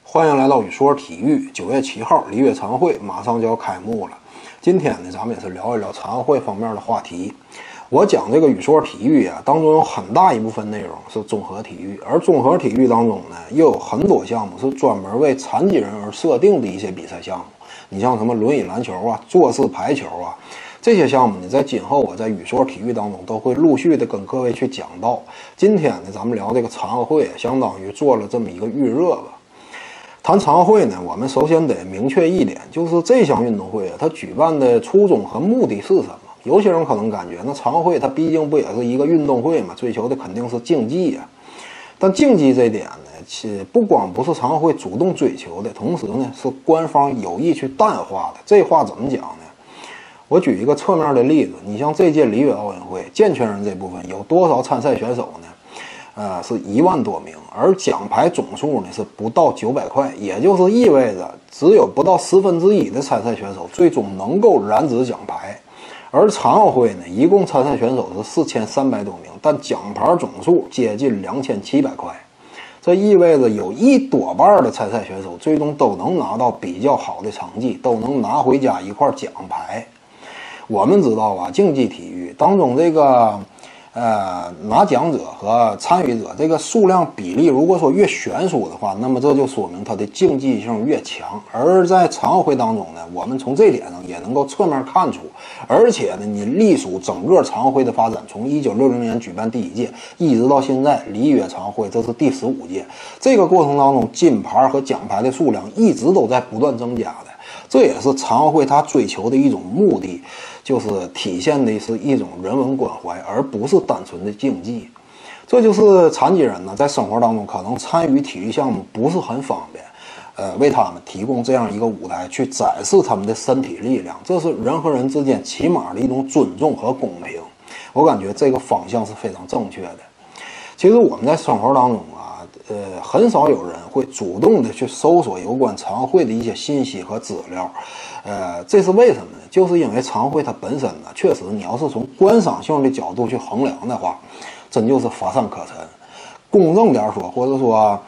欢迎来到语说体育。9月7号，里约残奥会马上就要开幕了。今天呢，咱们也是聊一聊残奥会方面的话题。我讲这个语说体育啊，当中有很大一部分内容是综合体育，而综合体育当中呢，又有很多项目是专门为残疾人而设定的一些比赛项目。你像什么轮椅篮球啊、坐式排球啊，这些项目呢，在今后我在语说体育当中都会陆续的跟各位去讲到。今天呢，咱们聊这个残奥会，相当于做了这么一个预热吧。谈残奥会呢，我们首先得明确一点，就是这项运动会啊，它举办的初衷和目的是什么？有些人可能感觉，那残奥会它毕竟不也是一个运动会嘛，追求的肯定是竞技啊。但竞技这点呢，其不光不是残奥会主动追求的，同时呢是官方有意去淡化的。这话怎么讲呢？我举一个侧面的例子，你像这届里约奥运会健全人这部分有多少参赛选手呢？是1万多名，而奖牌总数呢是不到900块，也就是意味着只有不到1/10的参赛选手最终能够染指奖牌。而残奥会呢，一共参赛选手是4300多名，但奖牌总数接近2700块，这意味着有1多半的参赛选手最终都能拿到比较好的成绩，都能拿回家一块奖牌。我们知道啊，竞技体育当中这个拿奖者和参与者这个数量比例，如果说越悬殊的话，那么这就说明它的竞技性越强。而在残奥会当中呢，我们从这点上也能够侧面看出，而且呢，你隶属整个残奥会的发展，从1960年举办第1届，一直到现在里约残奥会，这是第15届。这个过程当中，金牌和奖牌的数量一直都在不断增加的，这也是残奥会它追求的一种目的。就是体现的是一种人文关怀，而不是单纯的竞技。这就是残疾人呢，在生活当中可能参与体育项目不是很方便，为他们提供这样一个舞台去展示他们的身体力量，这是人和人之间起码的一种尊重和公平。我感觉这个方向是非常正确的。其实我们在生活当中啊，很少有人会主动的去搜索有关残奥会的一些信息和资料。这是为什么呢？就是因为残奥会它本身呢，确实你要是从观赏性的角度去衡量的话，真就是乏善可陈。公正点说，或者说，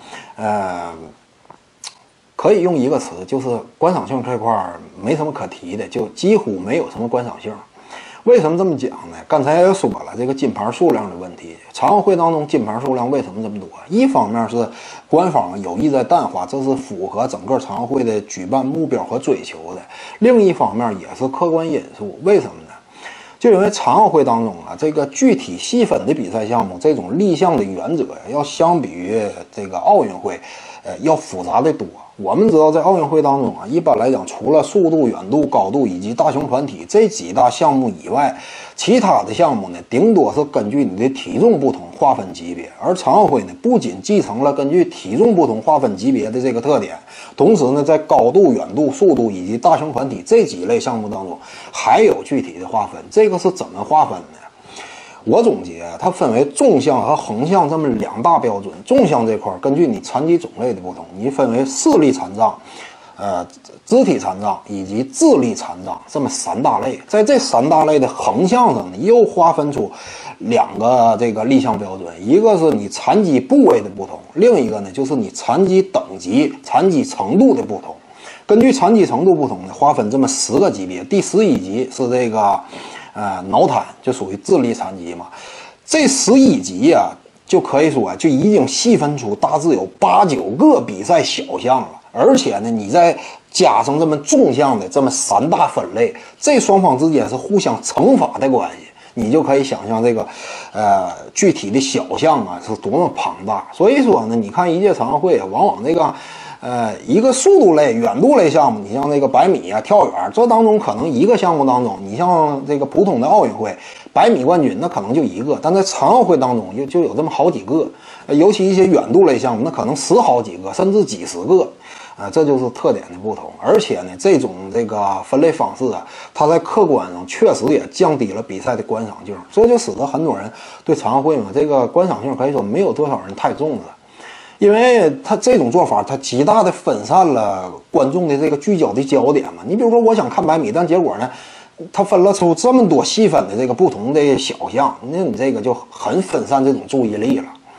可以用一个词，就是观赏性这块没什么可提的，就几乎没有什么观赏性。为什么这么讲呢？刚才也说了这个金牌数量的问题。残奥会当中金牌数量为什么这么多？一方面是官方有意在淡化，这是符合整个残奥会的举办目标和追求的。另一方面也是客观因素。为什么呢？就因为残奥会当中啊，这个具体细分的比赛项目，这种立项的原则呀，要相比于这个奥运会，要复杂的多。我们知道，在奥运会当中啊，一般来讲，除了速度、远度、高度以及大型团体这几大项目以外，其他的项目呢，顶多是根据你的体重不同划分级别。而残奥会呢，不仅继承了根据体重不同划分级别的这个特点，同时呢，在高度、远度、速度以及大型团体这几类项目当中，还有具体的划分。这个是怎么划分的？我总结，它分为纵向和横向这么2大标准。纵向这块根据你残疾种类的不同，你分为视力残障、肢体残障以及智力残障这么3大类。在这3大类的横向上呢，又划分出2个这个立项标准，一个是你残疾部位的不同，另一个呢就是你残疾等级、残疾程度的不同。根据残疾程度不同呢，划分这么10个级别。第11级是这个脑瘫，就属于智力残疾嘛。这11级啊，就可以说就已经细分出大致有8、9个比赛小项了。而且呢，你再加上这么纵向的这么3大分类，这双方之间是互相惩罚的关系。你就可以想象这个具体的小项啊是多么庞大。所以说呢，你看一届残奥会啊，往往这个一个速度类、远度类项目，你像这个100米啊、跳远，这当中可能一个项目当中，你像这个普通的奥运会100米冠军，那可能就1个，但在残奥会当中就有这么好几个，尤其一些远度类项目，那可能10好几个，甚至几十个。这就是特点的不同。而且呢，这种这个分类方式啊，它在客观上确实也降低了比赛的观赏性，这就使得很多人对残奥会嘛，这个观赏性可以说没有多少人太重视。因为它这种做法，它极大的分散了观众的这个聚焦的焦点嘛。你比如说，我想看100米，但结果呢，它分了出这么多细分的这个不同的小项，那你这个就很分散这种注意力了。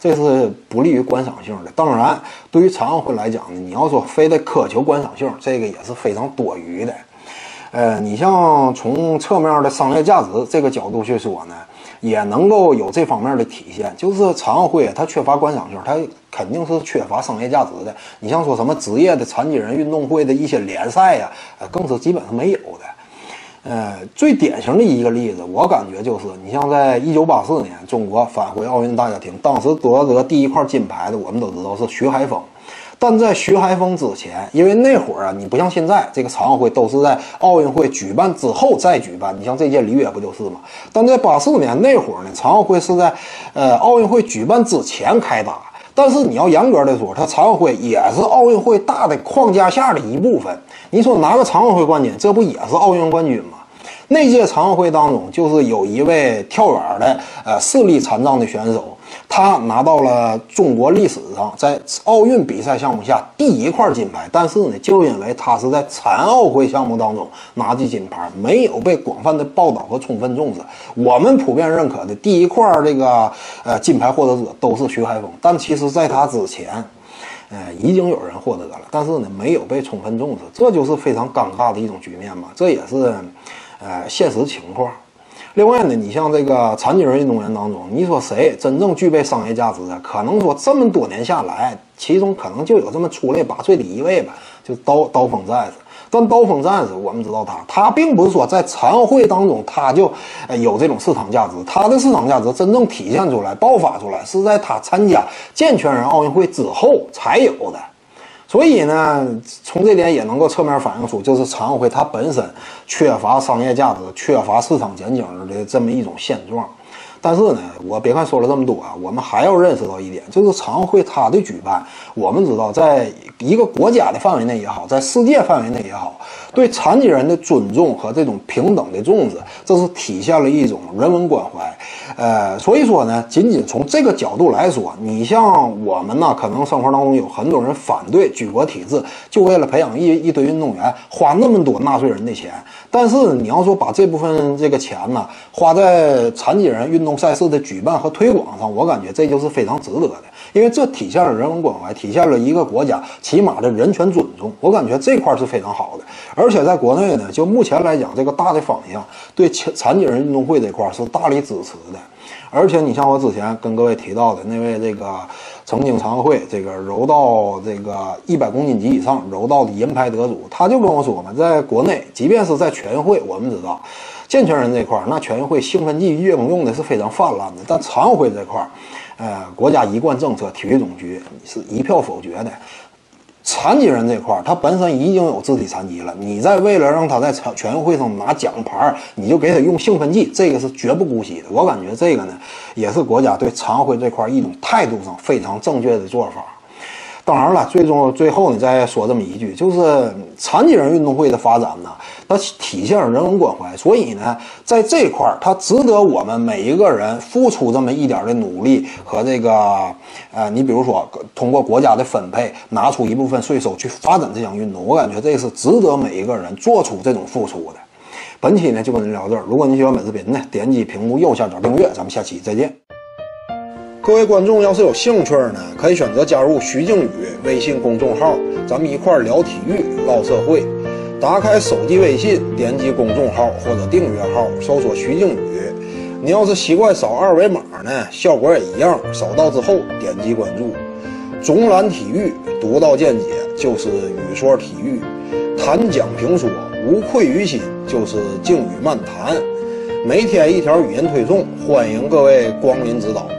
这是不利于观赏性的。当然，对于残奥会来讲呢，你要说非得苛求观赏性，这个也是非常多余的。你像从侧面的商业价值这个角度去说呢，也能够有这方面的体现。就是残奥会它缺乏观赏性，它肯定是缺乏商业价值的。你像说什么职业的残疾人运动会的一些联赛呀，更是基本上没有的。最典型的一个例子，我感觉就是你像在1984年中国返回奥运大家庭，当时夺得第一块金牌的，我们都知道是徐海峰。但在徐海峰之前，因为那会儿啊，你不像现在这个残奥会都是在奥运会举办之后再举办，你像这届里约不就是吗？但在84年那会儿呢，残奥会是在奥运会举办之前开打。但是你要严格的说，它残奥会也是奥运会大的框架下的一部分。你说拿个残奥会冠军，这不也是奥运冠军吗？那届残奥会当中，就是有一位跳远的视力残障的选手，他拿到了中国历史上在奥运比赛项目下第一块金牌。但是呢，就因为他是在残奥会项目当中拿的金牌，没有被广泛的报道和充分重视。我们普遍认可的第一块这个金牌获得者都是徐海峰，但其实在他之前已经有人获得了，但是呢没有被充分重视，这就是非常尴尬的一种局面嘛。这也是现实情况。另外呢，你像这个残疾人运动员当中，你说谁真正具备商业价值的？可能说这么多年下来，其中可能就有这么出类拔萃的一位吧，就刀锋战士。但刀锋战士我们知道他并不是说在残奥会当中他就有这种市场价值，他的市场价值真正体现出来、爆发出来是在他参加健全人奥运会之后才有的。所以呢，从这点也能够侧面反映出，就是残奥会它本身缺乏商业价值、缺乏市场前景的这么一种现状。但是呢，我别看说了这么多啊，我们还要认识到一点，就是残奥会它的举办，我们知道，在一个国家的范围内也好，在世界范围内也好，对残疾人的尊重和这种平等的重视，这是体现了一种人文关怀。所以说呢，仅仅从这个角度来说，你像我们呢，可能生活当中有很多人反对举国体制，就为了培养一堆运动员，花那么多纳税人的钱。但是你要说把这部分这个钱呢花在残疾人运动赛事的举办和推广上，我感觉这就是非常值得的，因为这体现了人文关怀，体现了一个国家起码的人权尊重，我感觉这块是非常好的。而且在国内呢，就目前来讲，这个大的方向对残疾人运动会这块是大力支持的。而且你像我之前跟各位提到的那位这个曾经残奥会这个柔道这个100公斤级以上柔道的银牌得主，他就跟我说嘛，在国内即便是在全运会，我们知道健全人这块那全运会兴奋剂运用的是非常泛滥的，但残奥会这块国家一贯政策体育总局是一票否决的。残疾人这块他本身已经有肢体残疾了，你再为了让他在全运会上拿奖牌，你就给他用兴奋剂，这个是绝不姑息的。我感觉这个呢，也是国家对残奥会这块一种态度上非常正确的做法。当然了，最后呢，再说这么一句，就是残疾人运动会的发展呢，它体现了人文关怀，所以呢，在这块它值得我们每一个人付出这么一点的努力和这个你比如说通过国家的分配，拿出一部分税收去发展这项运动，我感觉这是值得每一个人做出这种付出的。本期呢就跟您聊这儿，如果您喜欢本视频呢，点击屏幕右下角订阅，咱们下期再见。各位观众要是有兴趣呢，可以选择加入徐静宇微信公众号，咱们一块聊体育唠社会。打开手机微信，点击公众号或者订阅号，搜索徐静宇。你要是习惯扫二维码呢，效果也一样，扫到之后点击关注。总览体育，独到见解，就是语说体育，谈讲评说，无愧于心，就是静语漫谈。每天一条语音推送，欢迎各位光临指导。